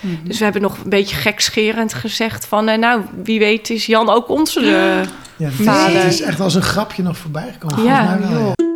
Mm-hmm. Dus we hebben nog een beetje gekscherend gezegd van... nou, wie weet is Jan ook onze vader. Het is echt als een grapje nog voorbij gekomen. Ja, volgens mij wel, ja.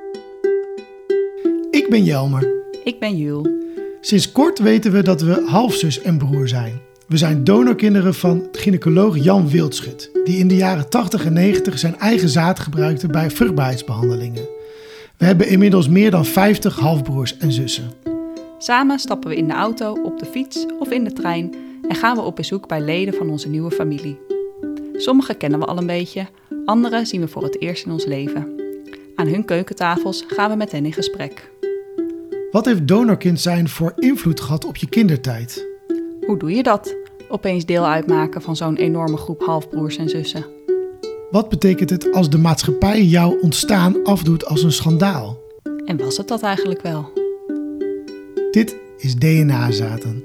Ik ben Jelmer. Ik ben Jul. Sinds kort weten we dat we halfzus en broer zijn. We zijn donorkinderen van gynaecoloog Jan Wildschut, die in de jaren 80 en 90 zijn eigen zaad gebruikte bij vruchtbaarheidsbehandelingen. We hebben inmiddels meer dan 50 halfbroers en zussen. Samen stappen we in de auto, op de fiets of in de trein en gaan we op bezoek bij leden van onze nieuwe familie. Sommige kennen we al een beetje, andere zien we voor het eerst in ons leven. Aan hun keukentafels gaan we met hen in gesprek. Wat heeft donorkind zijn voor invloed gehad op je kindertijd? Hoe doe je dat? Opeens deel uitmaken van zo'n enorme groep halfbroers en zussen. Wat betekent het als de maatschappij jouw ontstaan afdoet als een schandaal? En was het dat eigenlijk wel? Dit is DNA-zaten.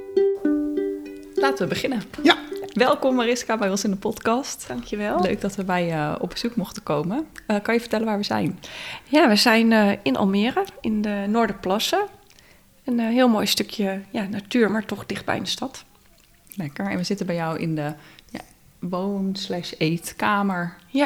Laten we beginnen. Ja. Welkom Mariska bij ons in de podcast. Dankjewel. Leuk dat we bij je op bezoek mochten komen. Kan je vertellen waar we zijn? Ja, we zijn in Almere, in de Noorderplassen. Een heel mooi stukje natuur, maar toch dichtbij in de stad. Lekker. En we zitten bij jou in de woon/eetkamer. Ja.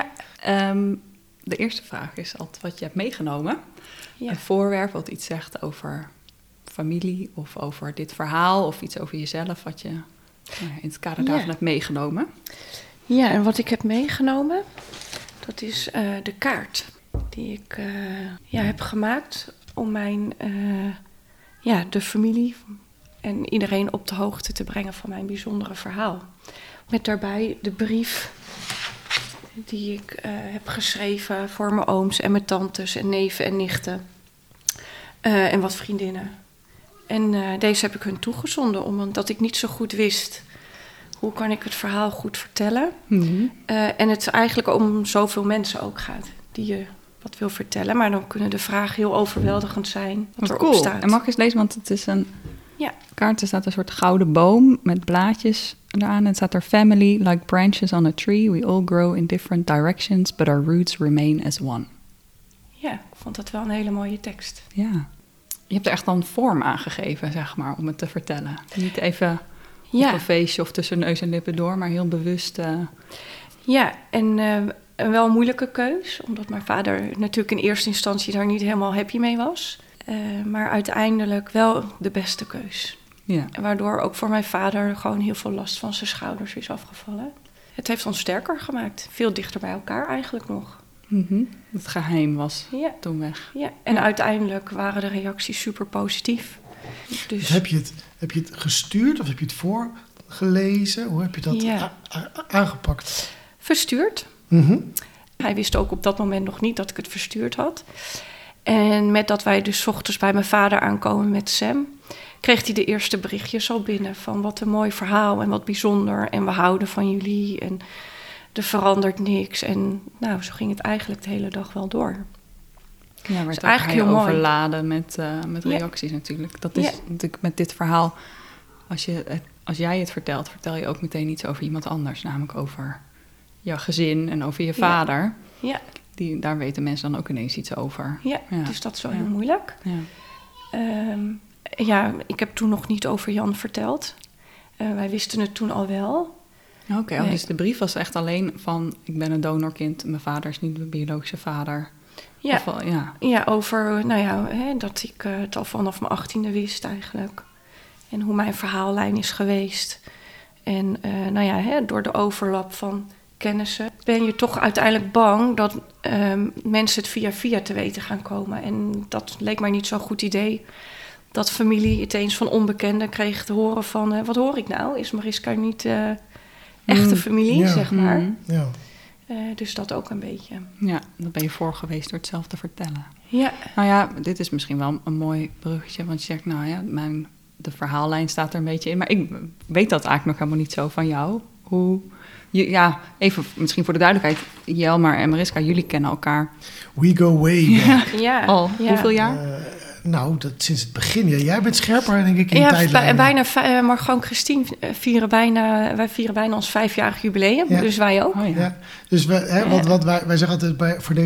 De eerste vraag is altijd wat je hebt meegenomen. Ja. Een voorwerp wat iets zegt over familie of over dit verhaal of iets over jezelf wat je in het kader daarvan hebt meegenomen. Ja, en wat ik heb meegenomen, dat is de kaart die ik heb gemaakt om mijn, de familie en iedereen op de hoogte te brengen van mijn bijzondere verhaal. Met daarbij de brief die ik heb geschreven voor mijn ooms en mijn tantes en neven en nichten en wat vriendinnen. En deze heb ik hun toegezonden, omdat ik niet zo goed wist hoe kan ik het verhaal goed vertellen. Mm-hmm. En het eigenlijk om zoveel mensen ook gaat die je wat wil vertellen. Maar dan kunnen de vragen heel overweldigend zijn wat erop staat. En mag ik eens lezen, want het is een kaart. Er staat een soort gouden boom met blaadjes eraan. En staat er: family, like branches on a tree. We all grow in different directions, but our roots remain as one. Ja, ik vond dat wel een hele mooie tekst. Ja. Je hebt er echt dan vorm aan gegeven, zeg maar, om het te vertellen. Niet even op een feestje of tussen neus en lippen door, maar heel bewust. Ja, en wel een moeilijke keus. Omdat mijn vader natuurlijk in eerste instantie daar niet helemaal happy mee was. Maar uiteindelijk wel de beste keus. Ja. Waardoor ook voor mijn vader gewoon heel veel last van zijn schouders is afgevallen. Het heeft ons sterker gemaakt. Veel dichter bij elkaar eigenlijk nog. Mm-hmm. Het geheim was toen weg. Ja, en uiteindelijk waren de reacties super positief. Dus Heb je het gestuurd of heb je het voorgelezen? Hoe heb je dat aangepakt? Verstuurd. Mm-hmm. Hij wist ook op dat moment nog niet dat ik het verstuurd had. En met dat wij dus 's ochtends bij mijn vader aankomen met Sam, kreeg hij de eerste berichtjes al binnen van wat een mooi verhaal en wat bijzonder. En we houden van jullie en er verandert niks. En nou, zo ging het eigenlijk de hele dag wel door. Ja, werd dus eigenlijk heel mooi. Overladen met reacties natuurlijk. Dat is natuurlijk met dit verhaal, als jij het vertelt, vertel je ook meteen iets over iemand anders. Namelijk over jouw gezin en over je vader. Ja. Daar weten mensen dan ook ineens iets over. Ja, dus dat is wel heel moeilijk. Ja. Ik heb toen nog niet over Jan verteld. Wij wisten het toen al wel. Oké, dus de brief was echt alleen van: ik ben een donorkind, mijn vader is niet mijn biologische vader. Ja, over dat ik het al vanaf mijn 18e wist eigenlijk. En hoe mijn verhaallijn is geweest. En door de overlap van kennissen ben je toch uiteindelijk bang dat mensen het via te weten gaan komen. En dat leek mij niet zo'n goed idee. Dat familie het eens van onbekenden kreeg te horen van, wat hoor ik nou? Is Mariska niet echte familie, zeg maar? Ja. Dus dat ook een beetje. Ja, daar ben je voor geweest door het zelf te vertellen. Ja. Nou ja, dit is misschien wel een mooi bruggetje. Want je zegt, de verhaallijn staat er een beetje in. Maar ik weet dat eigenlijk nog helemaal niet zo van jou. Even misschien voor de duidelijkheid. Jelmer en Mariska, jullie kennen elkaar. We go way back. Ja. Hoeveel jaar? Dat sinds het begin. Ja, jij bent scherper, denk ik, in de tijdlijn. Bijna, Margot en Christine vieren bijna ons 5-jarig jubileum. Ja. Dus wij ook. Ja. Dus wij zeggen altijd voor deze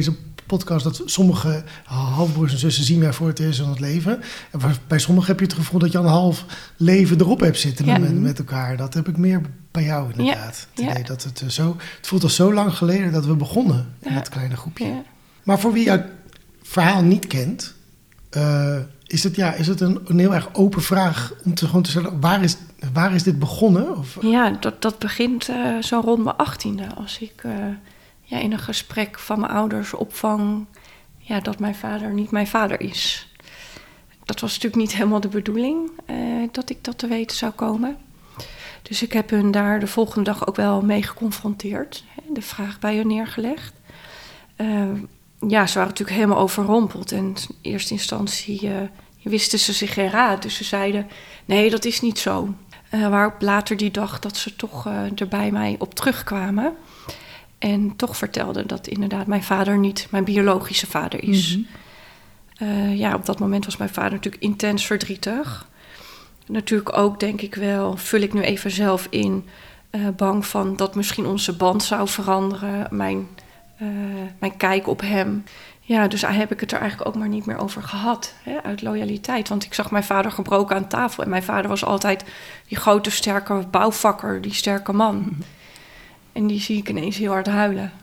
podcast dat sommige halfbroers en zussen zien wij voor het eerst in het leven. En bij sommigen heb je het gevoel dat je een half leven erop hebt zitten met elkaar. Dat heb ik meer bij jou inderdaad. Het idee dat het voelt al zo lang geleden dat we begonnen in dat kleine groepje. Ja. Maar voor wie jouw verhaal niet kent, is het een heel erg open vraag om gewoon te stellen, waar is dit begonnen? Of? Ja, dat begint zo rond mijn 18e. Als ik in een gesprek van mijn ouders opvang dat mijn vader niet mijn vader is. Dat was natuurlijk niet helemaal de bedoeling dat ik dat te weten zou komen. Dus ik heb hun daar de volgende dag ook wel mee geconfronteerd. De vraag bij hun neergelegd. Ze waren natuurlijk helemaal overrompeld. En in eerste instantie wisten ze zich geen raad. Dus ze zeiden, nee, dat is niet zo. Waarop later die dag dat ze toch er bij mij op terugkwamen. En toch vertelden dat inderdaad mijn vader niet mijn biologische vader is. Mm-hmm. Op dat moment was mijn vader natuurlijk intens verdrietig. Natuurlijk ook, denk ik wel, vul ik nu even zelf in, bang van dat misschien onze band zou veranderen. Mijn kijk op hem. Ja, dus heb ik het er eigenlijk ook maar niet meer over gehad. Uit loyaliteit. Want ik zag mijn vader gebroken aan tafel. En mijn vader was altijd die grote, sterke bouwvakker. Die sterke man. Mm-hmm. En die zie ik ineens heel hard huilen.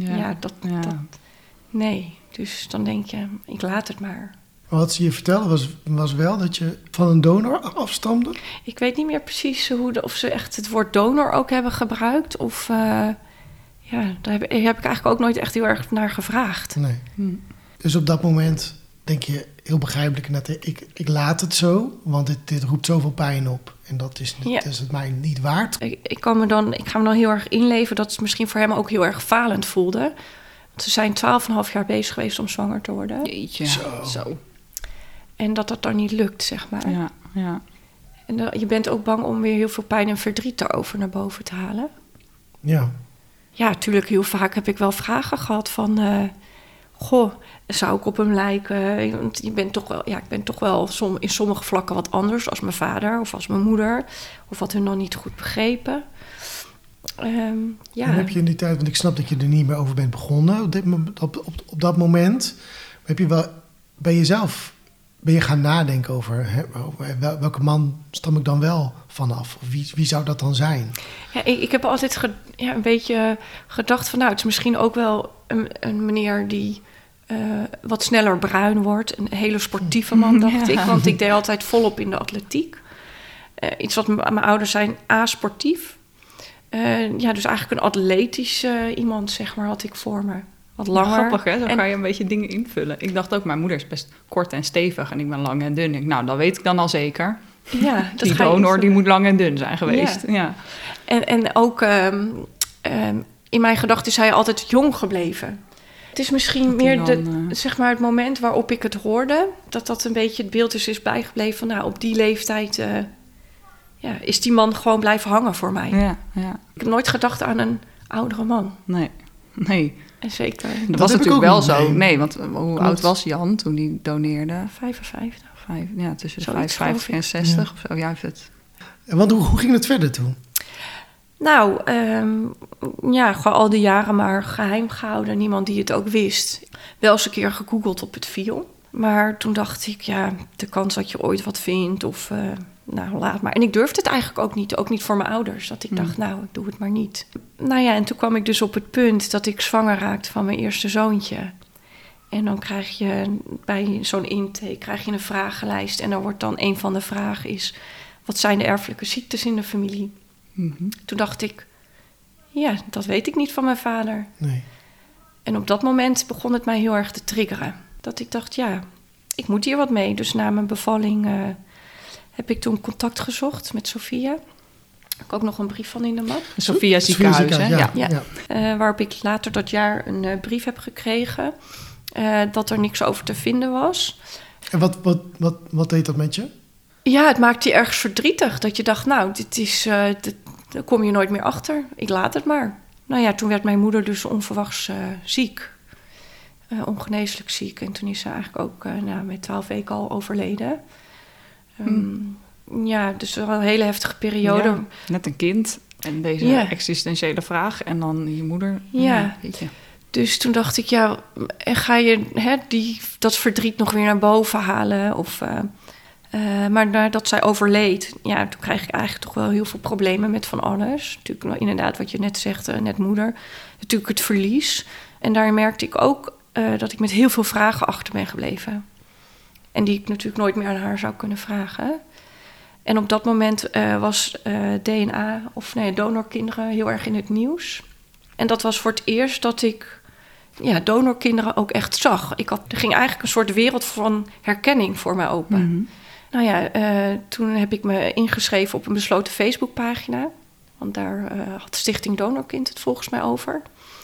Nee, dus dan denk je, ik laat het maar. Wat ze je vertelde was wel dat je van een donor afstamde? Ik weet niet meer precies of ze echt het woord donor ook hebben gebruikt. Of daar heb ik eigenlijk ook nooit echt heel erg naar gevraagd. Nee. Dus op dat moment denk je heel begrijpelijk net, ik laat het zo, want dit roept zoveel pijn op. En dat is het mij niet waard. Ik ga me dan heel erg inleven dat het misschien voor hem ook heel erg falend voelde. Want ze zijn 12,5 jaar bezig geweest om zwanger te worden. Jeetje. Zo. En dat dan niet lukt, zeg maar. Ja. En je bent ook bang om weer heel veel pijn en verdriet erover naar boven te halen. Ja. Ja, natuurlijk, heel vaak heb ik wel vragen gehad van... zou ik op hem lijken? Want ik ben toch wel in sommige vlakken wat anders als mijn vader of als mijn moeder. Of wat hun nog niet goed begrepen. En heb je in die tijd, want ik snap dat je er niet meer over bent begonnen op dat moment. Heb je wel bij jezelf, ben je gaan nadenken over welke man stam ik dan wel vanaf? Of wie zou dat dan zijn? Ja, ik heb altijd een beetje gedacht van het is misschien ook wel een meneer die wat sneller bruin wordt. Een hele sportieve man, dacht ik. Want ik deed altijd volop in de atletiek. Iets wat mijn ouders zijn asportief. Dus eigenlijk een atletisch iemand, zeg maar, had ik voor me. Wat langer. Grappig, hè? Zo ga je een beetje dingen invullen. Ik dacht ook, mijn moeder is best kort en stevig en ik ben lang en dun. Dat weet ik dan al zeker. Ja, dat die donor, die moet lang en dun zijn geweest. Ja. En ook in mijn gedachten is hij altijd jong gebleven. Het is misschien meer het moment waarop ik het hoorde. Dat een beetje het beeld is bijgebleven van op die leeftijd is die man gewoon blijven hangen voor mij. Ja. Ik heb nooit gedacht aan een oudere man. Nee. En zeker. Dat was natuurlijk wel zo. Nee, want hoe oud was Jan toen hij doneerde? 55. Tussen de 55 en 60 of zo. Ja, En want hoe ging het verder toen? Gewoon al die jaren maar geheim gehouden. Niemand die het ook wist. Wel eens een keer gegoogeld op het viel. Maar toen dacht ik, de kans dat je ooit wat vindt of... laat maar. En ik durfde het eigenlijk ook niet. Ook niet voor mijn ouders. Dat ik dacht, ik doe het maar niet. En toen kwam ik dus op het punt dat ik zwanger raakte van mijn eerste zoontje. En dan krijg je bij zo'n intake een vragenlijst. En dan wordt dan een van de vragen is... wat zijn de erfelijke ziektes in de familie? Mm-hmm. Toen dacht ik... dat weet ik niet van mijn vader. Nee. En op dat moment begon het mij heel erg te triggeren. Dat ik dacht, ik moet hier wat mee. Dus na mijn bevalling... heb ik toen contact gezocht met Sophia. Heb ik ook nog een brief van in de map. Sophia ziekenhuis, hè? Ja. Waarop ik later dat jaar een brief heb gekregen... dat er niks over te vinden was. En wat deed dat met je? Ja, het maakte je ergens verdrietig. Dat je dacht, dit is... daar kom je nooit meer achter. Ik laat het maar. Toen werd mijn moeder dus onverwachts ziek. Ongeneeslijk ziek. En toen is ze eigenlijk ook met 12 weken al overleden... dus wel een hele heftige periode. Ja, net een kind en deze existentiële vraag en dan je moeder. Ja. Weet je. Dus toen dacht ik, ja, ga je dat verdriet nog weer naar boven halen? Maar nadat zij overleed, ja, toen kreeg ik eigenlijk toch wel heel veel problemen met van alles. Natuurlijk inderdaad wat je net zegt, net moeder. Natuurlijk het verlies. En daar merkte ik ook dat ik met heel veel vragen achter ben gebleven. En die ik natuurlijk nooit meer aan haar zou kunnen vragen. En op dat moment was DNA, donorkinderen heel erg in het nieuws. En dat was voor het eerst dat ik donorkinderen ook echt zag. Er ging eigenlijk een soort wereld van herkenning voor mij open. Mm-hmm. Nou ja, toen heb ik me ingeschreven op een besloten Facebookpagina. Want daar had Stichting Donorkind het volgens mij over.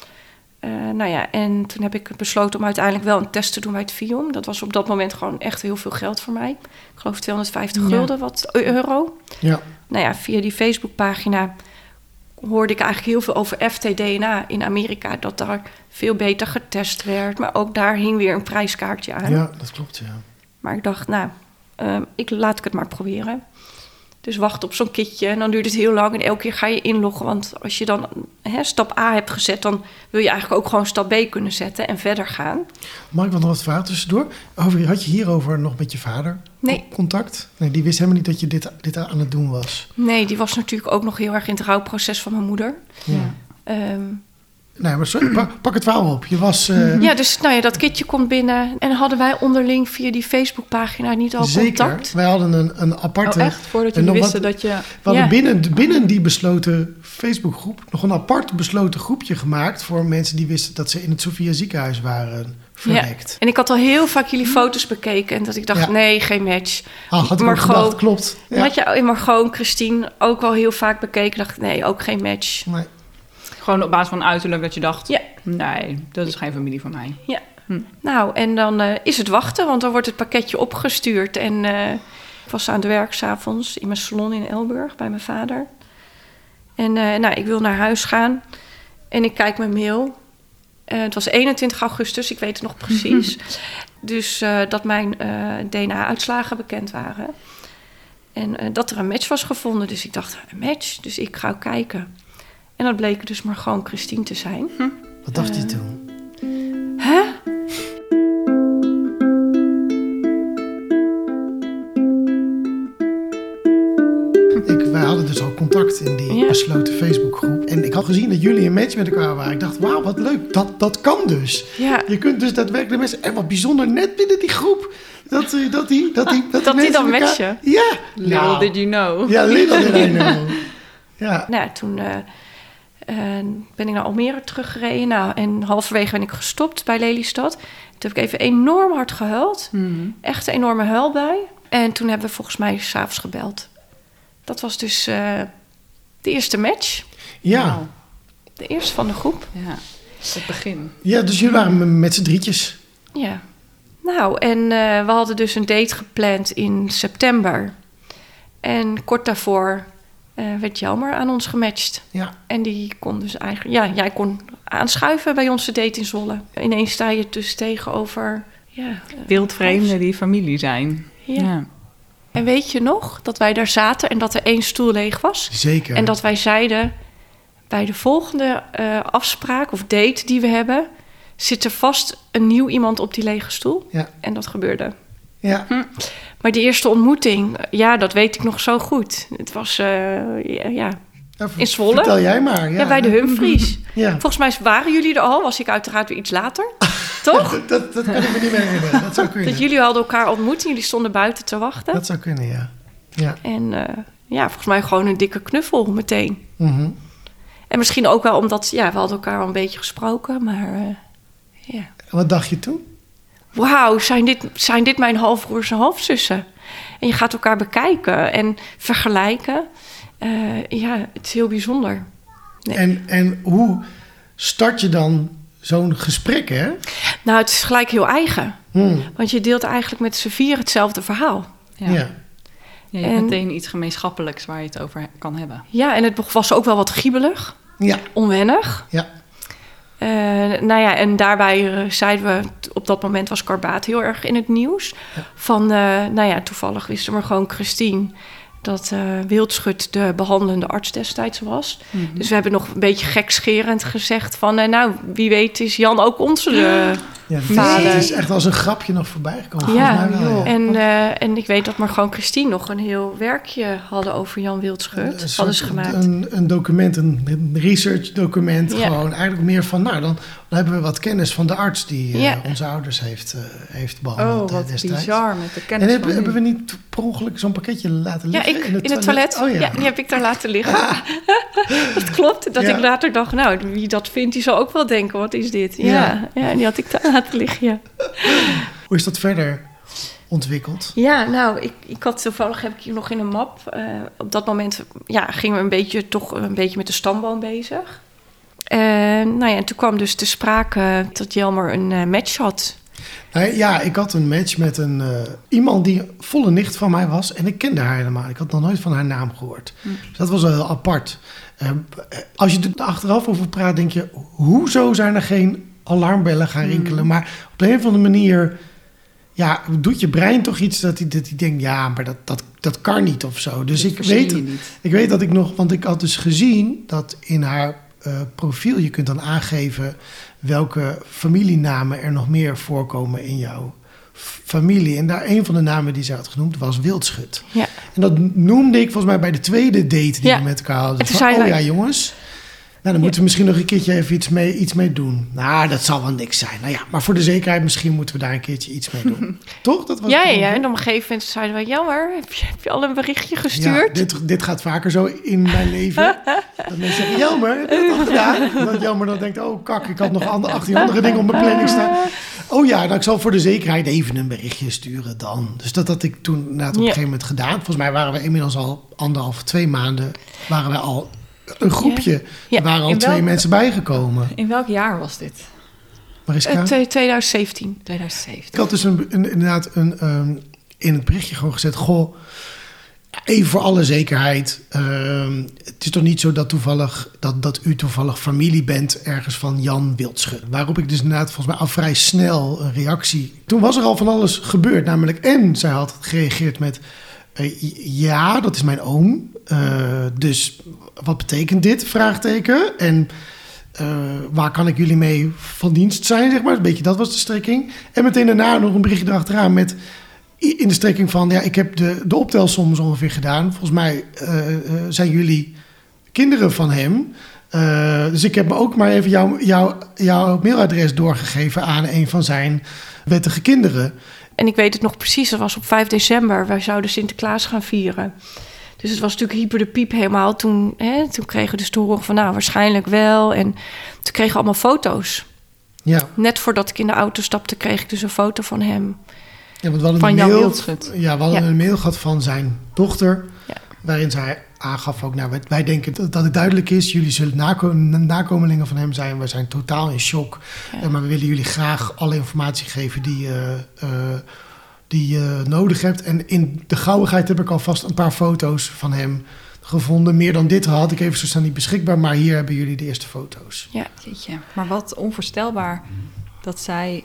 En toen heb ik besloten om uiteindelijk wel een test te doen bij het FIOM. Dat was op dat moment gewoon echt heel veel geld voor mij. Ik geloof 250 gulden, euro. Ja. Nou ja, via die Facebookpagina hoorde ik eigenlijk heel veel over FT-DNA in Amerika. Dat daar veel beter getest werd. Maar ook daar hing weer een prijskaartje aan. Ja, dat klopt, ja. Maar ik dacht, laat ik het maar proberen. Dus wacht op zo'n kitje en dan duurt het heel lang. En elke keer ga je inloggen. Want als je dan stap A hebt gezet, dan wil je eigenlijk ook gewoon stap B kunnen zetten en verder gaan. Mag ik nog wat vragen tussendoor? Had je hierover nog met je vader contact? Nee, die wist helemaal niet dat je dit aan het doen was. Nee, die was natuurlijk ook nog heel erg in het rouwproces van mijn moeder. Ja. Nee, maar sorry, pak het verhaal op. Je was... Dus dat kitje komt binnen. En hadden wij onderling via die Facebookpagina niet al Zeker. contact? Wij hadden een aparte... Oh, echt? Voordat jullie wisten dat je... We hadden binnen die besloten Facebookgroep nog een apart besloten groepje gemaakt voor mensen die wisten dat ze in het Sophia ziekenhuis waren verwekt. Ja. En ik had al heel vaak jullie foto's bekeken en dat ik dacht, nee, geen match. Had ik ook gedacht, klopt. Ja. Had je in Margot en Christine ook wel heel vaak bekeken, dacht ik, nee, ook geen match. Nee. Gewoon op basis van uiterlijk dat je dacht, nee, dat is geen familie van mij. Ja. Nou, en dan is het wachten, want dan wordt het pakketje opgestuurd. En ik was aan het werk 's avonds in mijn salon in Elburg bij mijn vader. En ik wil naar huis gaan en ik kijk mijn mail. Het was 21 augustus, ik weet het nog precies. Dus dat mijn DNA-uitslagen bekend waren. En dat er een match was gevonden. Dus ik dacht, een match? Dus ik ga ook kijken. En dat bleek dus maar gewoon Christine te zijn. Wat dacht je toen? Hè? Wij hadden dus al contact in die besloten Facebookgroep. En ik had gezien dat jullie een match met elkaar waren. Ik dacht, wauw, wat leuk. Dat kan dus. Ja. Je kunt dus daadwerkelijk mensen... En wat bijzonder, net binnen die groep... Dat die dan matchen. Ja. Little did you know. Ja, little did I know. Ja. Nou, toen ben ik naar Almere teruggereden. Nou, en halverwege ben ik gestopt bij Lelystad. Toen heb ik even enorm hard gehuild. Mm-hmm. Echt een enorme huilbui. En toen hebben we volgens mij 's avonds gebeld. Dat was dus de eerste match. Ja. Wow. De eerste van de groep. Ja, het begin. Ja, dus jullie waren met z'n drietjes. Ja. Nou, en we hadden dus een date gepland in september. En kort daarvoor werd Jelmer aan ons gematcht. Ja. En die kon dus eigenlijk... Ja, jij kon aanschuiven bij onze date in Zwolle. Ineens sta je dus tegenover... Wildvreemden die familie zijn. Ja. En weet je nog dat wij daar zaten en dat er 1 stoel leeg was? Zeker. En dat wij zeiden, bij de volgende afspraak of date die we hebben... zit er vast een nieuw iemand op die lege stoel. Ja. En dat gebeurde. Ja. Maar die eerste ontmoeting, dat weet ik nog zo goed. Het was, in Zwolle. Vertel jij maar. Ja, bij de Humphries. Ja. Volgens mij waren jullie er al, was ik uiteraard weer iets later. Toch? Dat kan ik me niet meer herinneren. Dat zou kunnen. Dat jullie hadden elkaar ontmoet en jullie stonden buiten te wachten. Dat zou kunnen, ja. Ja. En volgens mij gewoon een dikke knuffel meteen. Mm-hmm. En misschien ook wel omdat, we hadden elkaar al een beetje gesproken, maar Wat dacht je toen? Wauw, zijn dit mijn halfbroers en halfzussen? En je gaat elkaar bekijken en vergelijken. Het is heel bijzonder. Nee. En hoe start je dan zo'n gesprek, hè? Nou, het is gelijk heel eigen. Want je deelt eigenlijk met z'n vier hetzelfde verhaal. Ja, je hebt meteen iets gemeenschappelijks waar je het over kan hebben. Ja, en het was ook wel wat giebelig. Ja. Onwennig. Ja. En daarbij zeiden we... Op dat moment was Karbaat heel erg in het nieuws. Ja. Van, toevallig wisten we gewoon Christine... dat Wildschut de behandelende arts destijds was. Mm-hmm. Dus we hebben nog een beetje gekscherend gezegd van... nou, wie weet is Jan ook onze vader. Het is echt als een grapje nog voorbij gekomen. Ja, Wel, en ik weet dat Margot en Christine nog een heel werkje hadden over Jan Wildschut. Hadden ze gemaakt. Een document, een research document. Gewoon eigenlijk meer van, nou, dan hebben we wat kennis van de arts die onze ouders heeft behandeld. Wat destijds. Bizar met de kennis en hebben we niet per ongeluk zo'n pakketje laten liggen? Ja, in het toilet. Oh, ja. Die heb ik daar laten liggen. Dat klopt. Dat ik later dacht, nou, wie dat vindt, die zal ook wel denken, wat is dit? Ja, die had ik daar laten liggen, ja. Hoe is dat verder ontwikkeld? Ja, nou, ik had toevallig, heb ik hier nog in een map. Op dat moment gingen we toch een beetje met de stamboom bezig. En toen kwam dus te sprake dat Jelmer een match had. Ja, ik had een match met iemand die volle nicht van mij was. En ik kende haar helemaal. Ik had nog nooit van haar naam gehoord. Dus dat was wel heel apart. Als je er achteraf over praat, denk je... hoezo zijn er geen alarmbellen gaan rinkelen? Maar op een of andere manier... ja, doet je brein toch iets dat hij denkt... ja, maar dat kan niet of zo. Dus ik weet dat ik nog... want ik had dus gezien dat in haar profiel... je kunt dan aangeven welke familienamen er nog meer voorkomen in jouw familie. En daar een van de namen die ze had genoemd was Wildschut. Ja. En dat noemde ik volgens mij bij de tweede date die we met elkaar hadden. Ja, jongens... nou, dan moeten we misschien nog een keertje even iets mee doen. Nou, dat zal wel niks zijn. Nou ja, maar voor de zekerheid misschien moeten we daar een keertje iets mee doen. Toch? Dat was en op een gegeven moment zeiden we... jammer, heb je al een berichtje gestuurd? Ja, dit gaat vaker zo in mijn leven. Dat mensen zeggen, jammer, heb je dat al gedaan? Dat jammer dan denkt, oh kak, ik had nog 18 andere dingen op mijn planning staan. Oh ja, nou, ik zal voor de zekerheid even een berichtje sturen dan. Dus dat had ik toen op een gegeven moment gedaan. Volgens mij waren we inmiddels al 1,5-2 maanden... waren we al... een groepje. Er waren al 2 mensen bijgekomen. In welk jaar was dit? Mariska? 2017. Ik had dus inderdaad in het berichtje gewoon gezet... goh, even voor alle zekerheid... het is toch niet zo dat u toevallig familie bent... ergens van Jan Wildschut. Waarop ik dus inderdaad volgens mij al vrij snel een reactie... Toen was er al van alles gebeurd. Namelijk, en zij had gereageerd met... ja, dat is mijn oom. Dus wat betekent dit? Vraagteken. En waar kan ik jullie mee van dienst zijn, zeg maar? Een beetje, dat was de strekking. En meteen daarna nog een berichtje erachteraan met... in de strekking van... ja, ik heb de optelsom zo ongeveer gedaan. Volgens mij zijn jullie kinderen van hem. Dus ik heb me ook maar even jouw mailadres doorgegeven... aan een van zijn wettige kinderen... En ik weet het nog precies, dat was op 5 december. Wij zouden Sinterklaas gaan vieren. Dus het was natuurlijk hyper de piep helemaal. Toen kregen we dus te horen van, nou, waarschijnlijk wel. En toen kregen we allemaal foto's. Ja. Net voordat ik in de auto stapte, kreeg ik dus een foto van hem. Ja, want we hadden Jan Wildschut. Ja, we hadden een mail gehad van zijn dochter... Ja. Waarin zij aangaf ook, nou, wij denken dat het duidelijk is... jullie zullen nakomelingen van hem zijn. We zijn totaal in shock. Ja. Maar we willen jullie graag alle informatie geven die je nodig hebt. En in de gauwigheid heb ik alvast een paar foto's van hem gevonden. Meer dan dit had ik even zo snel niet beschikbaar... maar hier hebben jullie de eerste foto's. Ja, jeetje. Maar wat onvoorstelbaar dat zij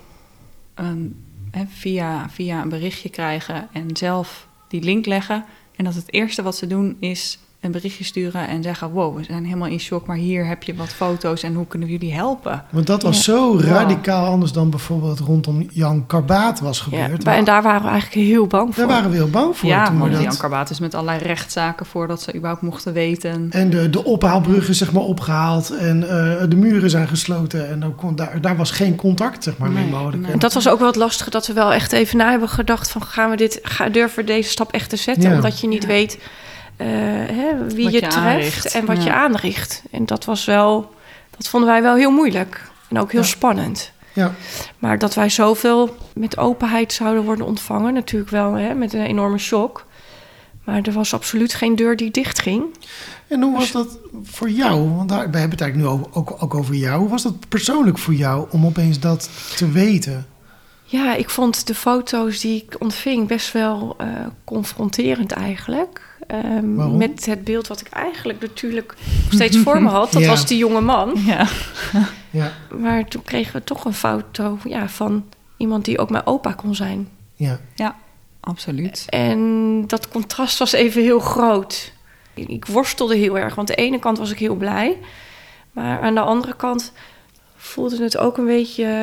via een berichtje krijgen... en zelf die link leggen... En dat het eerste wat ze doen is een berichtje sturen en zeggen... wow, we zijn helemaal in shock, maar hier heb je wat foto's... en hoe kunnen we jullie helpen? Want dat was zo radicaal anders dan bijvoorbeeld rondom Jan Karbaat was gebeurd. Ja, en daar waren we eigenlijk heel bang voor. Daar waren we heel bang voor. Ja, want Jan Karbaat is met allerlei rechtszaken... voordat ze überhaupt mochten weten. En de ophaalbrug is zeg maar opgehaald... en de muren zijn gesloten... en daar was geen contact zeg maar mee mogelijk. Nee. En dat was ook wel het lastige... dat we wel echt even na hebben gedacht... van durven we deze stap echt te zetten? Ja. Omdat je niet weet... wie je treft aanricht. En wat je aanricht. En dat vonden wij wel heel moeilijk. En ook heel spannend. Ja. Maar dat wij zoveel met openheid zouden worden ontvangen... natuurlijk wel met een enorme shock. Maar er was absoluut geen deur die dicht ging. En hoe was dat voor jou? Want we hebben het eigenlijk nu ook over jou. Hoe was dat persoonlijk voor jou om opeens dat te weten? Ja, ik vond de foto's die ik ontving best wel confronterend eigenlijk... met het beeld wat ik eigenlijk natuurlijk steeds voor me had. Dat was die jonge man. Ja. Ja. Maar toen kregen we toch een foto van iemand die ook mijn opa kon zijn. Ja, absoluut. En dat contrast was even heel groot. Ik worstelde heel erg, want aan de ene kant was ik heel blij. Maar aan de andere kant voelde ik me ook een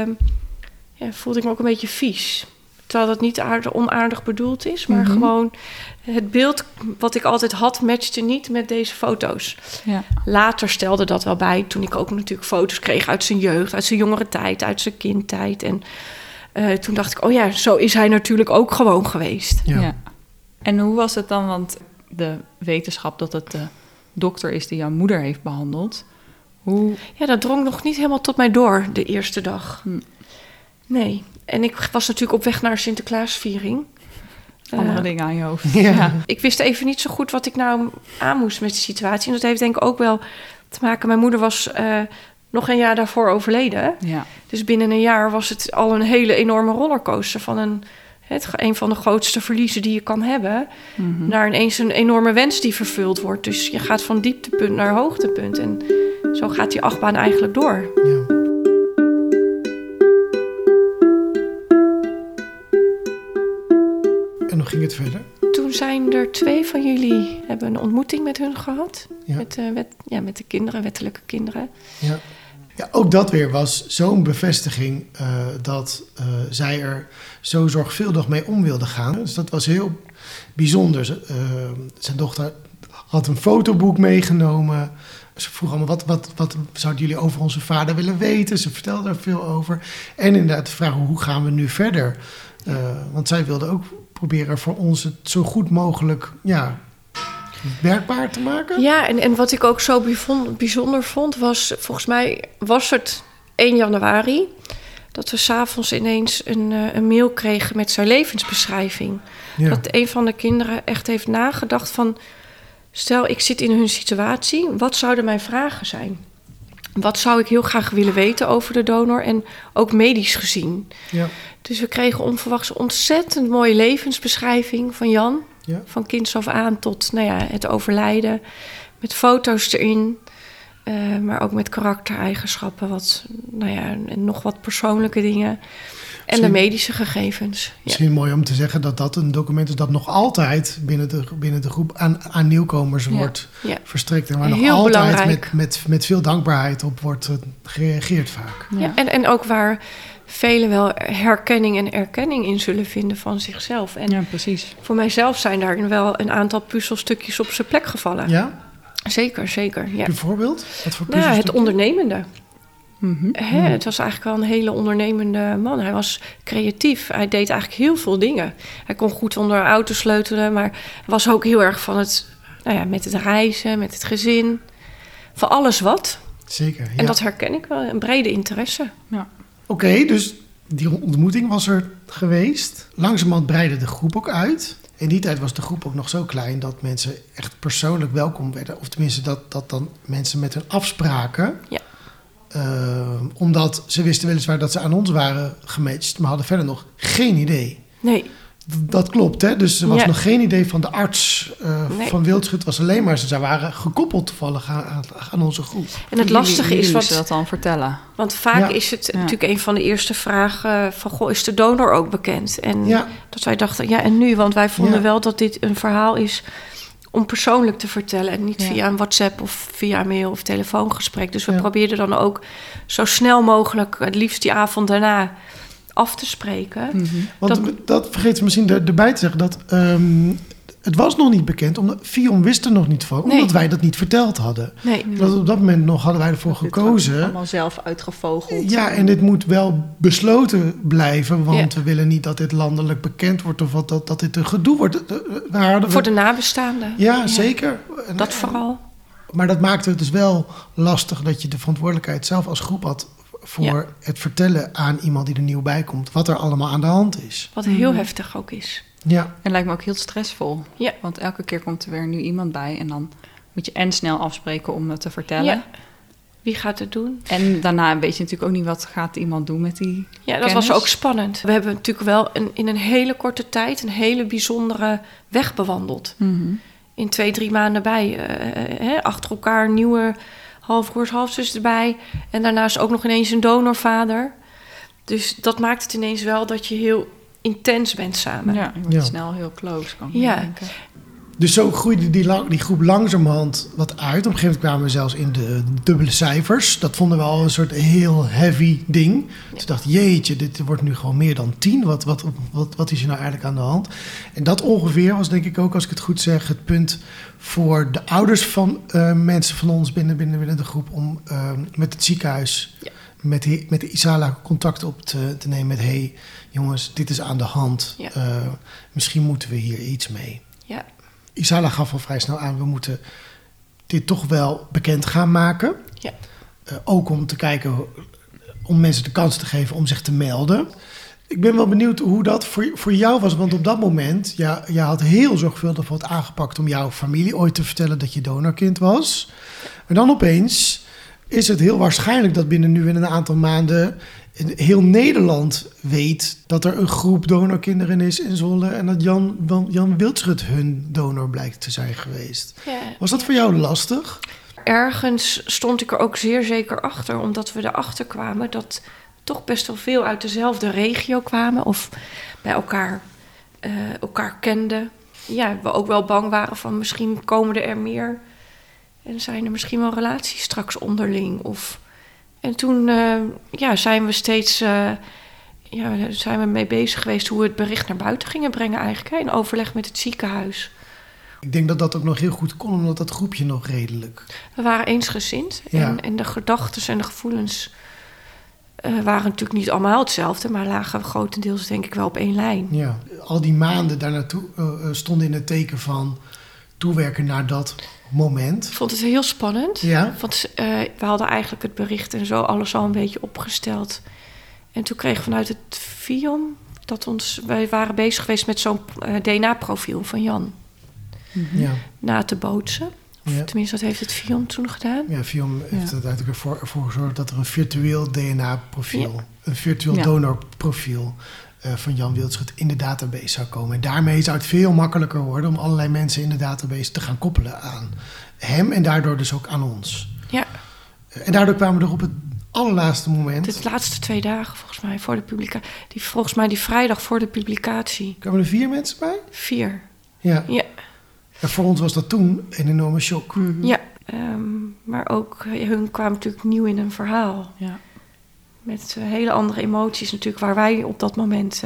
beetje vies. Terwijl dat niet onaardig bedoeld is, maar gewoon het beeld wat ik altijd had matchte niet met deze foto's. Ja. Later stelde dat wel bij, toen ik ook natuurlijk foto's kreeg uit zijn jeugd, uit zijn jongere tijd, uit zijn kindtijd. En toen dacht ik, oh ja, zo is hij natuurlijk ook gewoon geweest. Ja. Ja. En hoe was het dan, want de wetenschap dat het de dokter is die jouw moeder heeft behandeld. Hoe... Ja, dat drong nog niet helemaal tot mij door de eerste dag. Hm. Nee. En ik was natuurlijk op weg naar Sinterklaasviering. Andere dingen aan je hoofd. Ja. Ik wist even niet zo goed wat ik nou aan moest met de situatie. En dat heeft denk ik ook wel te maken. Mijn moeder was nog een jaar daarvoor overleden. Ja. Dus binnen een jaar was het al een hele enorme rollercoaster van een van de grootste verliezen die je kan hebben. Naar ineens een enorme wens die vervuld wordt. Dus je gaat van dieptepunt naar hoogtepunt. En zo gaat die achtbaan eigenlijk door. Ja. En hoe ging het verder? Toen zijn er 2 van jullie hebben een ontmoeting met hun gehad. Ja. Met de kinderen, wettelijke kinderen. Ja. Ja, ook dat weer was zo'n bevestiging dat zij er zo zorgvuldig mee om wilde gaan. Dus dat was heel bijzonder. Zijn dochter had een fotoboek meegenomen. Ze vroeg allemaal, wat zouden jullie over onze vader willen weten? Ze vertelde er veel over. En inderdaad de vraag, hoe gaan we nu verder? Want zij wilde ook proberen voor ons het zo goed mogelijk werkbaar te maken. Ja, en wat ik ook zo bijzonder vond was, volgens mij was het 1 januari... dat we 's avonds ineens een mail kregen met zijn levensbeschrijving. Ja. Dat een van de kinderen echt heeft nagedacht van... stel, ik zit in hun situatie, wat zouden mijn vragen zijn? Wat zou ik heel graag willen weten over de donor en ook medisch gezien? Ja. Dus we kregen onverwachts een ontzettend mooie levensbeschrijving van Jan. Ja. Van kinds af aan tot het overlijden. Met foto's erin. Maar ook met karaktereigenschappen. En nog wat persoonlijke dingen. En de medische gegevens. Ja. Misschien mooi om te zeggen dat een document is dat nog altijd binnen de groep aan nieuwkomers wordt verstrekt. En waar nog heel altijd met veel dankbaarheid op wordt gereageerd vaak. Ja. En ook waar velen wel herkenning en erkenning in zullen vinden van zichzelf. En Ja, precies. voor mijzelf zijn daar wel een aantal puzzelstukjes op zijn plek gevallen. Ja? Zeker. Ja. Bijvoorbeeld? Wat voor Nou, het ondernemende. Mhm. Het was eigenlijk wel een hele ondernemende man. Hij was creatief. Hij deed eigenlijk heel veel dingen. Hij kon goed onder auto sleutelen, maar was ook heel erg van het, met het reizen, met het gezin. Van alles wat. Zeker, ja. En dat herken ik wel, een brede interesse. Ja. Oké, dus die ontmoeting was er geweest. Langzamerhand breidde de groep ook uit. In die tijd was de groep ook nog zo klein dat mensen echt persoonlijk welkom werden. Of tenminste dat dan mensen met hun afspraken. Ja. Omdat ze wisten weliswaar dat ze aan ons waren gematcht, maar hadden verder nog geen idee. Nee. Dat klopt, hè? Dus er was nog geen idee van de arts van Wildschut. Het was alleen maar, ze waren gekoppeld toevallig aan onze groep. En het lastige is wat ze dat dan vertellen. Want vaak is het natuurlijk een van de eerste vragen van, goh, is de donor ook bekend? En dat wij dachten, en nu? Want wij vonden wel dat dit een verhaal is om persoonlijk te vertellen en niet via een WhatsApp of via een mail of telefoongesprek. Dus we probeerden dan ook zo snel mogelijk, het liefst die avond daarna, af te spreken. Mm-hmm. Want dat vergeet ze misschien erbij te zeggen, dat het was nog niet bekend, omdat Fion wist er nog niet van, omdat wij dat niet verteld hadden. Nee. Dat op dat moment nog hadden wij ervoor gekozen. Allemaal zelf uitgevogeld. Ja, en dit moet wel besloten blijven, want we willen niet dat dit landelijk bekend wordt of dat dit een gedoe wordt. Voor de nabestaanden. Ja, zeker. Dat vooral. Maar dat maakte het dus wel lastig dat je de verantwoordelijkheid zelf als groep had voor het vertellen aan iemand die er nieuw bij komt wat er allemaal aan de hand is. Wat heel heftig ook is. Ja. En lijkt me ook heel stressvol. Ja. Want elke keer komt er weer nu iemand bij en dan moet je snel afspreken om het te vertellen. Ja. Wie gaat het doen? En daarna weet je natuurlijk ook niet wat gaat iemand doen met die dat was ook spannend. We hebben natuurlijk wel in een hele korte tijd een hele bijzondere weg bewandeld. Mm-hmm. In 2-3 maanden bij. Achter elkaar nieuwe halfbroers, halfzus erbij. En daarnaast ook nog ineens een donorvader. Dus dat maakt het ineens wel dat je heel intens bent samen. Ja, je wordt snel heel close, kan ik me denken. Dus zo groeide die groep langzamerhand wat uit. Op een gegeven moment kwamen we zelfs in de dubbele cijfers. Dat vonden we al een soort heel heavy ding. Dus ik dacht, jeetje, dit wordt nu gewoon meer dan 10. Wat is er nou eigenlijk aan de hand? En dat ongeveer was denk ik ook, als ik het goed zeg, het punt voor de ouders van mensen van ons binnen de groep om met het ziekenhuis, met de Isala contact op te nemen met, hey jongens, dit is aan de hand. Ja. Misschien moeten we hier iets mee. Ja. Isala gaf al vrij snel aan, we moeten dit toch wel bekend gaan maken. Ja. Ook om te kijken, om mensen de kans te geven om zich te melden. Ik ben wel benieuwd hoe dat voor jou was. Want op dat moment, je had heel zorgvuldig wat aangepakt om jouw familie ooit te vertellen dat je donorkind was. Maar dan opeens is het heel waarschijnlijk dat binnen nu in een aantal maanden heel Nederland weet dat er een groep donorkinderen is in Zwolle en dat Jan Wildschut hun donor blijkt te zijn geweest. Ja. Was dat voor jou lastig? Ergens stond ik er ook zeer zeker achter, omdat we erachter kwamen dat toch best wel veel uit dezelfde regio kwamen of bij elkaar kenden. Ja, we ook wel bang waren van misschien komen er meer en zijn er misschien wel relaties straks onderling. En toen zijn we steeds zijn we mee bezig geweest hoe we het bericht naar buiten gingen brengen eigenlijk. In overleg met het ziekenhuis. Ik denk dat dat ook nog heel goed kon, omdat dat groepje nog redelijk... We waren eensgezind en de gedachten en de gevoelens waren natuurlijk niet allemaal hetzelfde, maar lagen grotendeels denk ik wel op één lijn. Ja, al die maanden daar naartoe stonden in het teken van toewerken naar dat moment. Ik vond het heel spannend. Ja. Want we hadden eigenlijk het bericht en zo alles al een beetje opgesteld. En toen kregen we vanuit het FIOM wij waren bezig geweest met zo'n DNA-profiel van Jan. Ja. Na te bootsen. Of tenminste, dat heeft het FIOM toen gedaan. Ja, FIOM heeft er uiteindelijk ervoor gezorgd dat er een virtueel DNA-profiel, een virtueel donorprofiel van Jan Wildschut in de database zou komen. En daarmee zou het veel makkelijker worden om allerlei mensen in de database te gaan koppelen aan hem en daardoor dus ook aan ons. Ja. En daardoor kwamen we er op het allerlaatste moment... De laatste 2 dagen volgens mij voor de publicatie. Volgens mij die vrijdag voor de publicatie. Kwamen er 4 mensen bij? 4. Ja. Ja. En voor ons was dat toen een enorme shock. Mm-hmm. Ja, maar ook hun kwamen natuurlijk nieuw in een verhaal. Ja. Met hele andere emoties natuurlijk waar wij op dat moment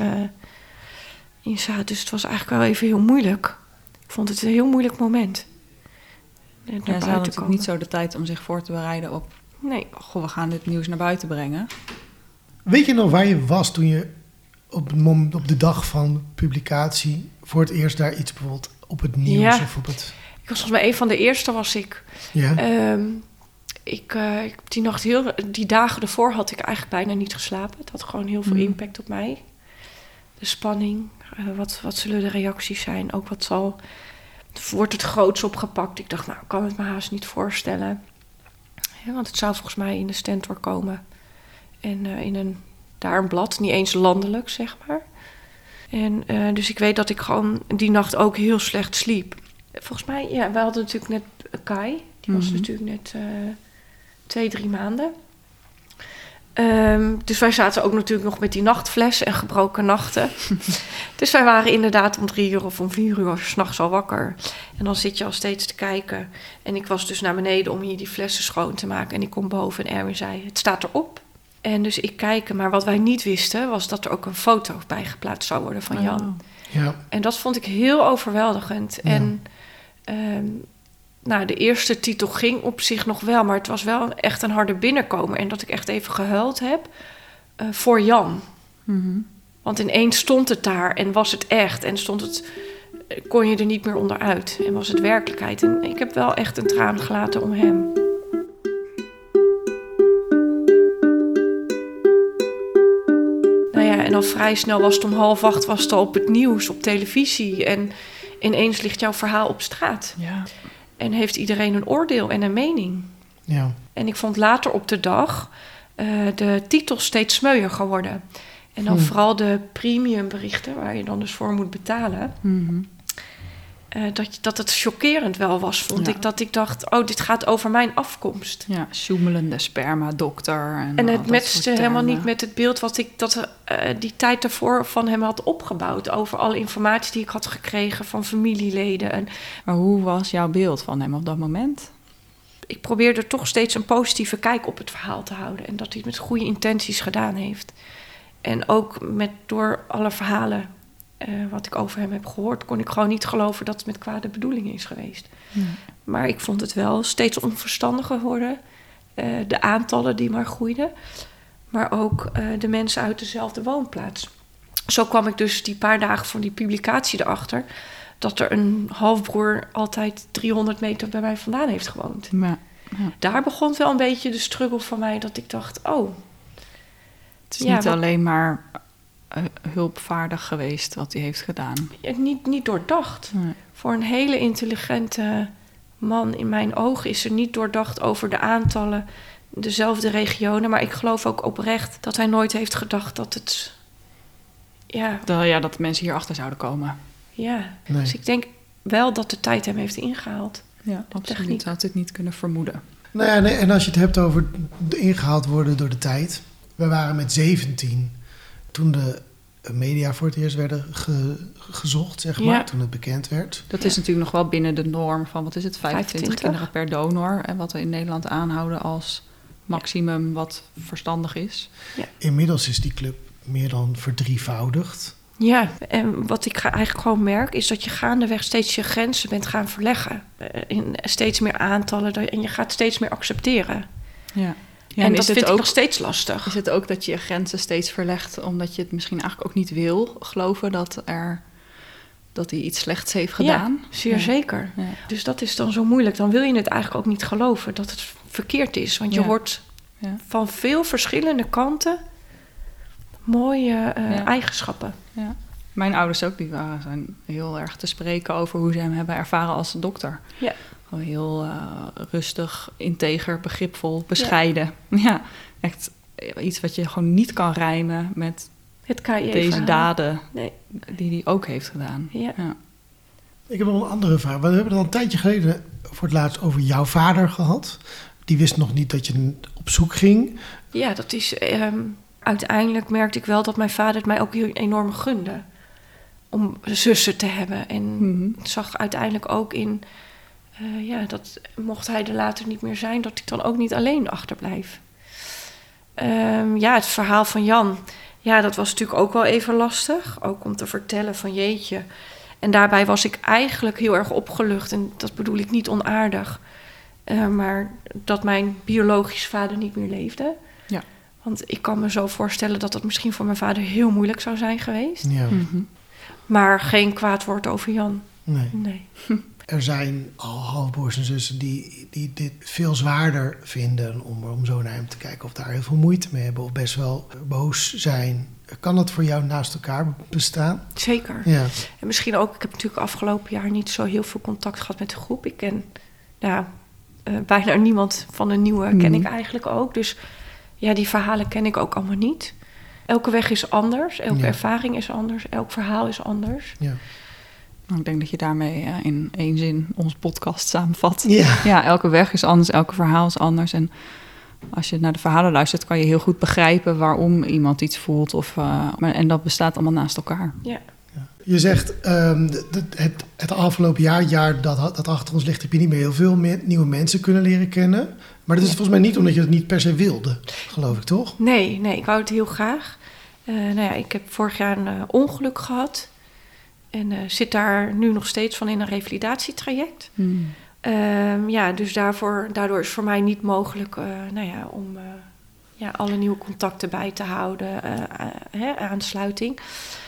in zaten. Dus het was eigenlijk wel even heel moeilijk. Ik vond het een heel moeilijk moment. Ze hadden natuurlijk niet zo de tijd om zich voor te bereiden op... Nee. Goh, we gaan dit nieuws naar buiten brengen. Weet je nog waar je was toen je op de dag van publicatie voor het eerst daar iets bijvoorbeeld op het nieuws of op het... Ik was volgens mij een van de eerste was ik. Ja. Die dagen ervoor had ik eigenlijk bijna niet geslapen. Het had gewoon heel veel impact op mij. De spanning, wat zullen de reacties zijn? Ook wordt het groots opgepakt? Ik dacht, nou, ik kan het me haast niet voorstellen. Ja, want het zou volgens mij in de Stentor komen. En daar een blad, niet eens landelijk, zeg maar. En dus ik weet dat ik gewoon die nacht ook heel slecht sliep. Volgens mij, we hadden natuurlijk net Kai. Die was natuurlijk net 2-3 maanden. Dus wij zaten ook natuurlijk nog met die nachtfles en gebroken nachten. Dus wij waren inderdaad om 3 uur of om 4 uur 's nachts al wakker. En dan zit je al steeds te kijken. En ik was dus naar beneden om hier die flessen schoon te maken. En ik kom boven en Erwin zei, het staat erop. En dus ik kijk, maar wat wij niet wisten... was dat er ook een foto bij geplaatst zou worden van Jan. Ja. En dat vond ik heel overweldigend. Ja. En de eerste titel ging op zich nog wel... maar het was wel echt een harde binnenkomer. En dat ik echt even gehuild heb voor Jan. Mm-hmm. Want ineens stond het daar en was het echt. En kon je er niet meer onderuit. En was het werkelijkheid. En ik heb wel echt een traan gelaten om hem. En al vrij snel was het om 7:30 was het al op het nieuws, op televisie. En ineens ligt jouw verhaal op straat. Ja. En heeft iedereen een oordeel en een mening. Ja. En ik vond later op de dag de titels steeds smeuier geworden. En dan vooral de premium berichten, waar je dan dus voor moet betalen. Mm-hmm. dat het chockerend wel was, vond Ja. ik. Dat ik dacht, dit gaat over mijn afkomst. Ja, sjoemelende sperma-dokter. En al het dat matchte soort helemaal termen. niet met het beeld wat ik die tijd daarvoor van hem had opgebouwd. Over alle informatie die ik had gekregen van familieleden. En Maar hoe was jouw beeld van hem op dat moment? ik probeerde toch steeds een positieve kijk op het verhaal te houden. En dat hij het met goede intenties gedaan heeft. En ook door alle verhalen wat ik over hem heb gehoord, kon ik gewoon niet geloven dat het met kwade bedoelingen is geweest. Maar ik vond het wel steeds onverstandiger worden. De aantallen die maar groeiden. Maar ook de mensen uit dezelfde woonplaats. Zo kwam ik dus die paar dagen van die publicatie erachter dat er een halfbroer altijd 300 meter bij mij vandaan heeft gewoond. Ja. Daar begon wel een beetje de struggle van mij, dat ik dacht, Het is niet alleen maar hulpvaardig geweest wat hij heeft gedaan. niet doordacht. Nee. Voor een hele intelligente man in mijn ogen is er niet doordacht over de aantallen, dezelfde regionen. Maar ik geloof ook oprecht dat hij nooit heeft gedacht dat het... Dat de mensen hierachter zouden komen. Ja, Nee. dus ik denk wel dat de tijd hem heeft ingehaald. Ja, absoluut. techniek. Had ik niet kunnen vermoeden. Nou ja, en als je het hebt over ingehaald worden door de tijd. We waren met 17 toen de media voor het eerst werden gezocht, zeg maar. Ja. Toen het bekend werd. Dat is natuurlijk nog wel binnen de norm van, 25 25 kinderen per donor. En wat we in Nederland aanhouden als maximum wat verstandig is. Inmiddels is die club meer dan verdrievoudigd. Ja, en wat ik eigenlijk gewoon merk, is dat je gaandeweg steeds je grenzen bent gaan verleggen. In steeds meer aantallen en je gaat steeds meer accepteren. Ja. En dat vind ik nog steeds lastig. Is het ook dat je je grenzen steeds verlegt, omdat je het misschien eigenlijk ook niet wil geloven dat hij iets slechts heeft gedaan? Ja, zeer zeker. Ja. Dus dat is dan zo moeilijk. Dan wil je het eigenlijk ook niet geloven dat het verkeerd is. Want je hoort van veel verschillende kanten mooie eigenschappen. Ja. Mijn ouders ook, zijn heel erg te spreken over hoe ze hem hebben ervaren als dokter. Ja. Gewoon heel rustig, integer, begripvol, bescheiden. Ja, echt iets wat je gewoon niet kan rijmen met Het kan je deze even daden Nee. die hij ook heeft gedaan. Ja. Ik heb nog een andere vraag. We hebben het al een tijdje geleden voor het laatst over jouw vader gehad. Die wist nog niet dat je op zoek ging. Ja, dat is... uiteindelijk merkte ik wel dat mijn vader het mij ook heel enorm gunde. Om zussen te hebben. En het zag uiteindelijk ook in... dat mocht hij er later niet meer zijn, dat ik dan ook niet alleen achterblijf. Het verhaal van Jan... Ja, dat was natuurlijk ook wel even lastig. Ook om te vertellen van jeetje. En daarbij was ik eigenlijk heel erg opgelucht. En dat bedoel ik niet onaardig. Maar dat mijn biologische vader niet meer leefde. Ja. Want ik kan me zo voorstellen dat dat misschien voor mijn vader heel moeilijk zou zijn geweest. Ja. Maar geen kwaad woord over Jan. Nee. Er zijn al halfbroers en zussen die dit veel zwaarder vinden om zo naar hem te kijken. Of daar heel veel moeite mee hebben of best wel boos zijn. Kan dat voor jou naast elkaar bestaan? Zeker. Ja. En misschien ook, ik heb natuurlijk afgelopen jaar niet zo heel veel contact gehad met de groep. Ik ken bijna niemand van de nieuwe ken ik eigenlijk ook. Dus ja, die verhalen ken ik ook allemaal niet. Elke weg is anders, elke ervaring is anders, elk verhaal is anders. Ja. Ik denk dat je daarmee in één zin onze podcast samenvat. Ja. Ja, elke weg is anders, elke verhaal is anders. En als je naar de verhalen luistert, kan je heel goed begrijpen waarom iemand iets voelt. En dat bestaat allemaal naast elkaar. Ja. Je zegt, het afgelopen jaar dat achter ons ligt, heb je niet meer heel veel nieuwe mensen kunnen leren kennen. Maar dat is volgens mij niet omdat je het niet per se wilde, geloof ik, toch? Nee, ik wou het heel graag. Ik heb vorig jaar een ongeluk gehad. En zit daar nu nog steeds van in een revalidatietraject. Dus daardoor is voor mij niet mogelijk om alle nieuwe contacten bij te houden. Aansluiting.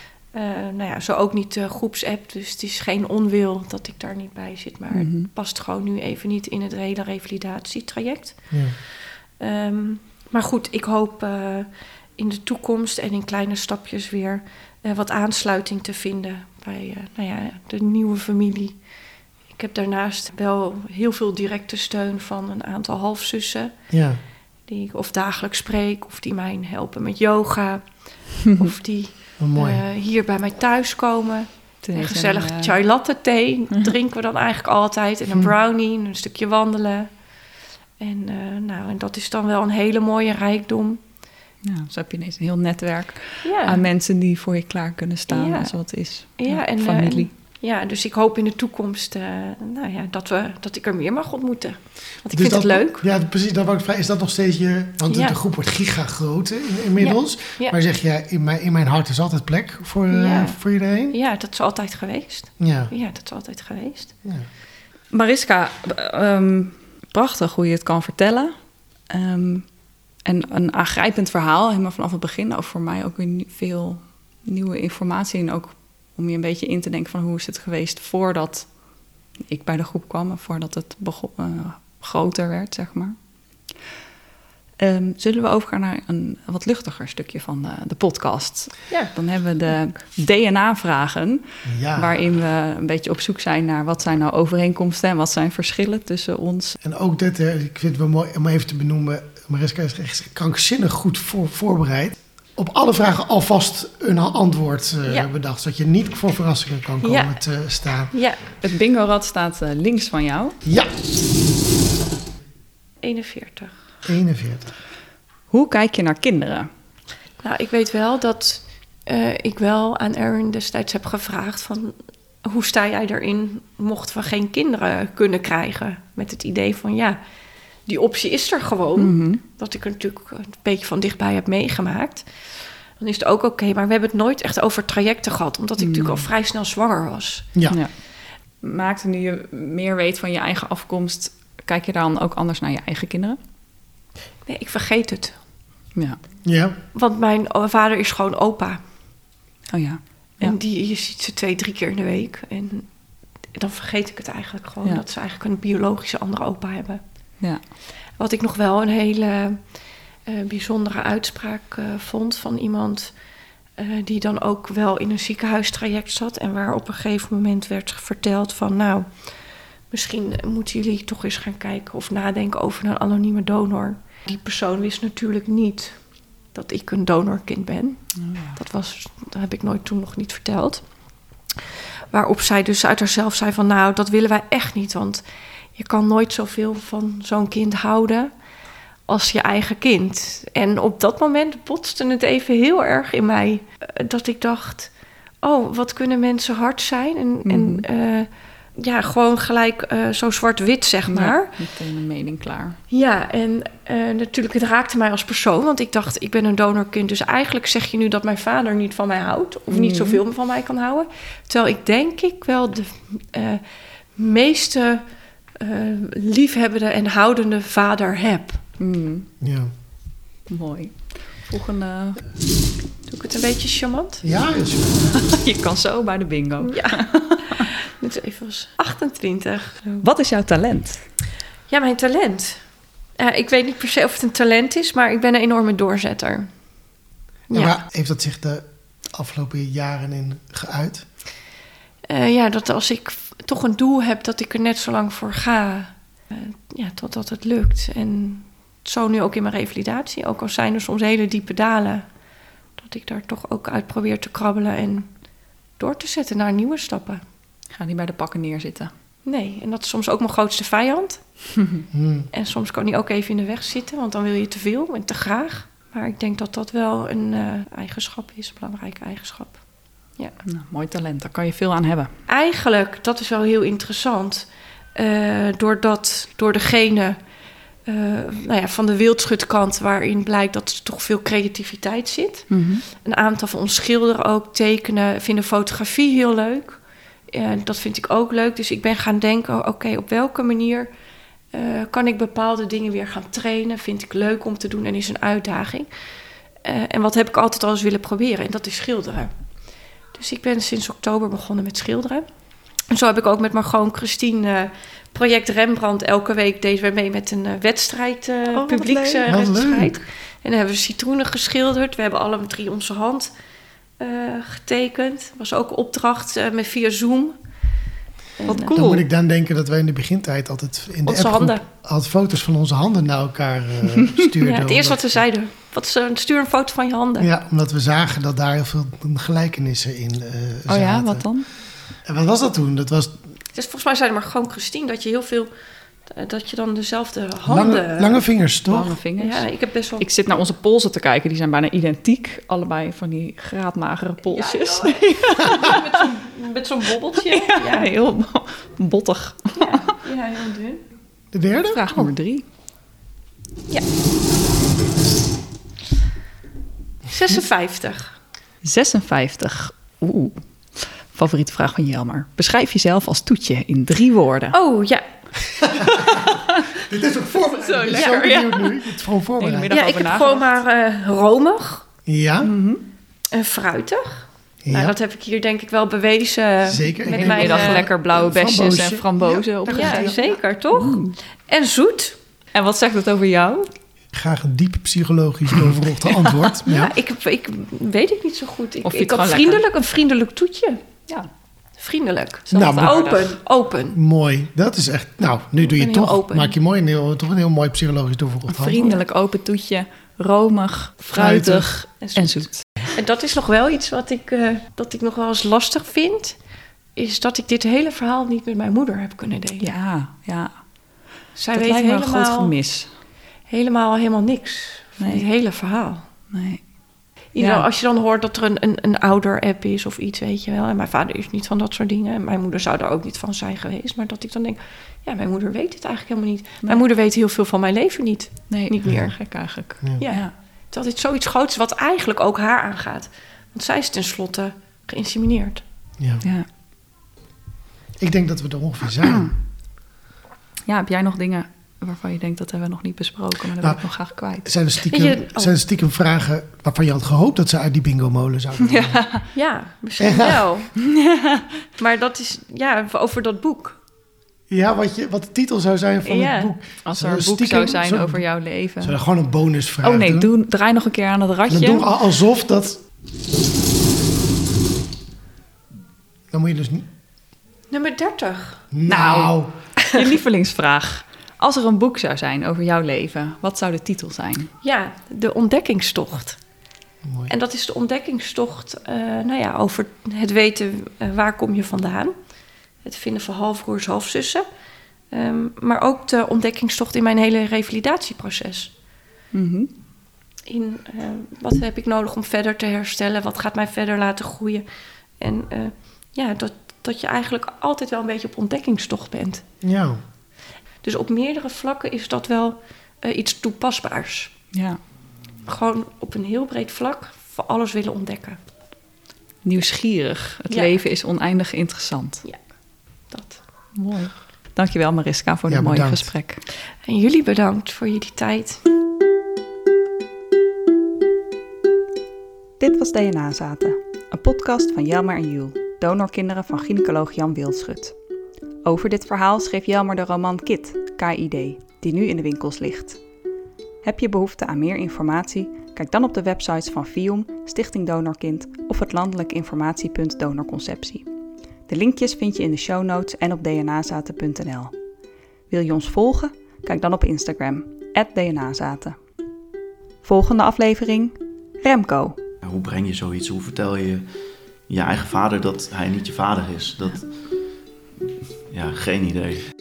Zo ook niet de groepsapp. Dus het is geen onwil dat ik daar niet bij zit. Maar het past gewoon nu even niet in het hele revalidatietraject. Ja. Maar goed, ik hoop in de toekomst en in kleine stapjes weer wat aansluiting te vinden bij de nieuwe familie. Ik heb daarnaast wel heel veel directe steun van een aantal halfzussen. Ja. Die ik of dagelijks spreek, of die mij helpen met yoga. Of die hier bij mij thuis komen. Het Een gezellig chai latte thee drinken we dan eigenlijk altijd. En een brownie, een stukje wandelen. En, en dat is dan wel een hele mooie rijkdom. Ja, zo heb je ineens een heel netwerk aan mensen die voor je klaar kunnen staan als wat is. Ja, en familie. Dus ik hoop in de toekomst dat ik er meer mag ontmoeten. Want ik vind het leuk. Ja, precies. Dan wou ik vragen, is dat nog steeds je... Want de groep wordt gigagroot inmiddels. Ja. Ja. Maar zeg je, in mijn hart is altijd plek voor iedereen? Ja, dat is altijd geweest. Ja, dat is altijd geweest. Ja. Mariska, prachtig hoe je het kan vertellen. En een aangrijpend verhaal, helemaal vanaf het begin. Ook voor mij ook weer veel nieuwe informatie. En ook om je een beetje in te denken van hoe is het geweest voordat ik bij de groep kwam. En voordat het groter werd, zeg maar. Zullen we overgaan naar een wat luchtiger stukje van de podcast. Ja. Dan hebben we de DNA-vragen. Ja. Waarin we een beetje op zoek zijn naar wat zijn nou overeenkomsten en wat zijn verschillen tussen ons. En ook dit, ik vind het wel mooi om even te benoemen. Mariska is echt krankzinnig goed voorbereid. Op alle vragen alvast een antwoord bedacht. Zodat je niet voor verrassingen kan komen te staan. Ja. Het bingo-rad staat links van jou. Ja. 41. Hoe kijk je naar kinderen? Nou, ik weet wel dat ik wel aan Erin destijds heb gevraagd van... hoe sta jij erin mochten we geen kinderen kunnen krijgen? Met het idee van die optie is er gewoon. Mm-hmm. Dat ik er natuurlijk een beetje van dichtbij heb meegemaakt. Dan is het ook oké, maar we hebben het nooit echt over trajecten gehad. Omdat ik natuurlijk al vrij snel zwanger was. Ja. Maakte nu je meer weet van je eigen afkomst... kijk je dan ook anders naar je eigen kinderen? Nee, ik vergeet het. Ja. Want mijn vader is gewoon opa. Oh ja. En je ziet ze 2-3 keer in de week. En dan vergeet ik het eigenlijk gewoon... dat ze eigenlijk een biologische andere opa hebben. Ja. Wat ik nog wel een hele bijzondere uitspraak vond... van iemand die dan ook wel in een ziekenhuistraject zat... en waar op een gegeven moment werd verteld van... nou, misschien moeten jullie toch eens gaan kijken of nadenken over een anonieme donor. Die persoon wist natuurlijk niet dat ik een donorkind ben. Oh ja. Dat heb ik toen nog niet verteld. Waarop zij dus uit haarzelf zei van... nou, dat willen wij echt niet, want je kan nooit zoveel van zo'n kind houden als je eigen kind. En op dat moment botste het even heel erg in mij. Dat ik dacht, oh, wat kunnen mensen hard zijn? En gewoon gelijk zo zwart-wit, zeg maar. Ja, meteen een mening klaar. Ja, en natuurlijk, het raakte mij als persoon. Want ik dacht, ik ben een donorkind. Dus eigenlijk zeg je nu dat mijn vader niet van mij houdt. Of niet zoveel van mij kan houden. Terwijl ik denk ik wel de meeste liefhebbende en houdende vader heb. Ja. Mooi. Volgende... Doe ik het een beetje charmant? Ja, je kan zo bij de bingo. Ja. Dit even was 28. Wat is jouw talent? Ja, mijn talent. Ik weet niet per se of het een talent is, maar ik ben een enorme doorzetter. Ja. Maar heeft dat zich de afgelopen jaren in geuit? Dat als ik toch een doel heb, dat ik er net zo lang voor ga, totdat het lukt. En zo nu ook in mijn revalidatie. Ook al zijn er soms hele diepe dalen, dat ik daar toch ook uit probeer te krabbelen en door te zetten naar nieuwe stappen. Ga niet bij de pakken neerzitten. Nee, en dat is soms ook mijn grootste vijand. En soms kan die ook even in de weg zitten, want dan wil je te veel en te graag. Maar ik denk dat dat wel een eigenschap is, een belangrijke eigenschap. Ja. Nou, mooi talent, daar kan je veel aan hebben. Eigenlijk, dat is wel heel interessant. Door degene van de Wildschutkant, waarin blijkt dat er toch veel creativiteit zit. Mm-hmm. Een aantal van ons schilderen ook, tekenen, vinden fotografie heel leuk. Dat vind ik ook leuk. Dus ik ben gaan denken, oké, op welke manier kan ik bepaalde dingen weer gaan trainen? Vind ik leuk om te doen en is een uitdaging. En wat heb ik altijd al eens willen proberen? En dat is schilderen. Dus ik ben sinds oktober begonnen met schilderen. En zo heb ik ook met Margot en Christine project Rembrandt. Elke week deden we mee met een wedstrijd, publiekswedstrijd. En dan hebben we citroenen geschilderd. We hebben alle 3 onze hand getekend. Was ook een opdracht via Zoom. Wat cool. Dan moet ik dan denken dat wij in de begintijd altijd in de app altijd foto's van onze handen naar elkaar stuurden. Ja, het eerste wat we zeiden, stuur een foto van je handen. Ja, omdat we zagen dat daar heel veel gelijkenissen in zaten. Oh ja, wat dan? En wat was dat toen? Dat was Dus volgens mij zijn er maar gewoon Christine, dat je heel veel... Dat je dan dezelfde handen... lange vingers, toch? Lange vingers. Ja, ik heb best wel... Ik zit naar onze polsen te kijken. Die zijn bijna identiek. Allebei van die graadmagere polsjes. Ja, met zo'n bobbeltje. Ja, heel bottig. Ja, heel dun. De derde? Vraag nummer 3. Ja. 56. 56. Oeh. Favoriete vraag van Jelmer. Beschrijf jezelf als Toetje in 3 woorden. Oh, ja. Dit is ook voorbereid. Zo Ik ben lekker, zo benieuwd nu. Het is gewoon voorbereid. Hele middag Ja, ik over heb gewoon nagedacht. maar romig Ja? en fruitig. Ja. Nou, dat heb ik hier denk ik wel bewezen. Zeker. Ik Met neem mijn Middag lekker blauwe besjes framboosje. en frambozen Ja, opgegeten. Ja, zeker, toch? En zoet. En wat zegt het over jou? Graag een diep psychologisch doorverrochte antwoord. Ja. Ja, ik weet het niet zo goed. Of vind je Ik het had gewoon een vriendelijk toetje. Ja. Vriendelijk. Nou, maar- Open. Mooi. Dat is echt... Nou, nu doe je ben het heel toch. open. Maak je mooi toch een heel mooi psychologisch doorverrocht antwoord. Vriendelijk open Toetje. Romig, fruitig en zoet. En dat is nog wel iets wat ik nog wel eens lastig vind. Is dat ik dit hele verhaal niet met mijn moeder heb kunnen delen. Ja. Zij Dat weet lijkt me een groot helemaal, gemis. helemaal niks van Nee. dit hele verhaal. Nee. Als je dan hoort dat er een ouder-app is of iets, weet je wel. En mijn vader is niet van dat soort dingen. En mijn moeder zou er ook niet van zijn geweest. Maar dat ik dan denk, ja, mijn moeder weet het eigenlijk helemaal niet. Mijn moeder weet heel veel van mijn leven niet. Nee, Niet meer. Gek eigenlijk. Ja. Dat is zoiets groots wat eigenlijk ook haar aangaat. Want zij is tenslotte geïnsemineerd. Ja. Ja. Ik denk dat we er ongeveer zijn. Ja, heb jij nog dingen waarvan je denkt dat hebben we nog niet besproken, maar dat wil ik nog graag kwijt? Zijn er stiekem vragen waarvan je had gehoopt dat ze uit die bingo-molen zouden komen? Ja, misschien wel. Maar dat is, over dat boek. Ja, wat de titel zou zijn van het boek. Als Zou er een boek stiekem zou zijn zo'n- over jouw leven. Zou er gewoon een bonusvraag Oh nee, doen? draai nog een keer aan het ratje. Dan doen we alsof dat... Dan moet je dus niet... Nummer 30. Nou, Je lievelingsvraag. Als er een boek zou zijn over jouw leven, wat zou de titel zijn? Ja, de ontdekkingstocht. mooi. En dat is de ontdekkingstocht over het weten waar kom je vandaan. Het vinden van halfbroers, halfzussen. Maar ook de ontdekkingstocht in mijn hele revalidatieproces. Mhm. In wat heb ik nodig om verder te herstellen? Wat gaat mij verder laten groeien? En dat je eigenlijk altijd wel een beetje op ontdekkingstocht bent. Ja, Dus op meerdere vlakken is dat wel iets toepasbaars. Ja. Gewoon op een heel breed vlak voor alles willen ontdekken. Nieuwsgierig. Het Ja. leven is oneindig interessant. Dat. Mooi. Dankjewel Mariska voor dit Ja, mooie bedankt. gesprek. En jullie bedankt voor jullie tijd. Dit was DNA-zaten, een podcast van Jelmer en Jules, donorkinderen van gynaecoloog Jan Wildschut. Over dit verhaal schreef Jelmer de roman Kid, KID, die nu in de winkels ligt. Heb je behoefte aan meer informatie? Kijk dan op de websites van FIOM, Stichting Donorkind of het landelijk informatiepunt Donorconceptie. De linkjes vind je in de show notes en op dnazaten.nl. Wil je ons volgen? Kijk dan op Instagram, @dnazaten. Volgende aflevering, Remco. Hoe breng je zoiets? Hoe vertel je je eigen vader dat hij niet je vader is? Ja, geen idee.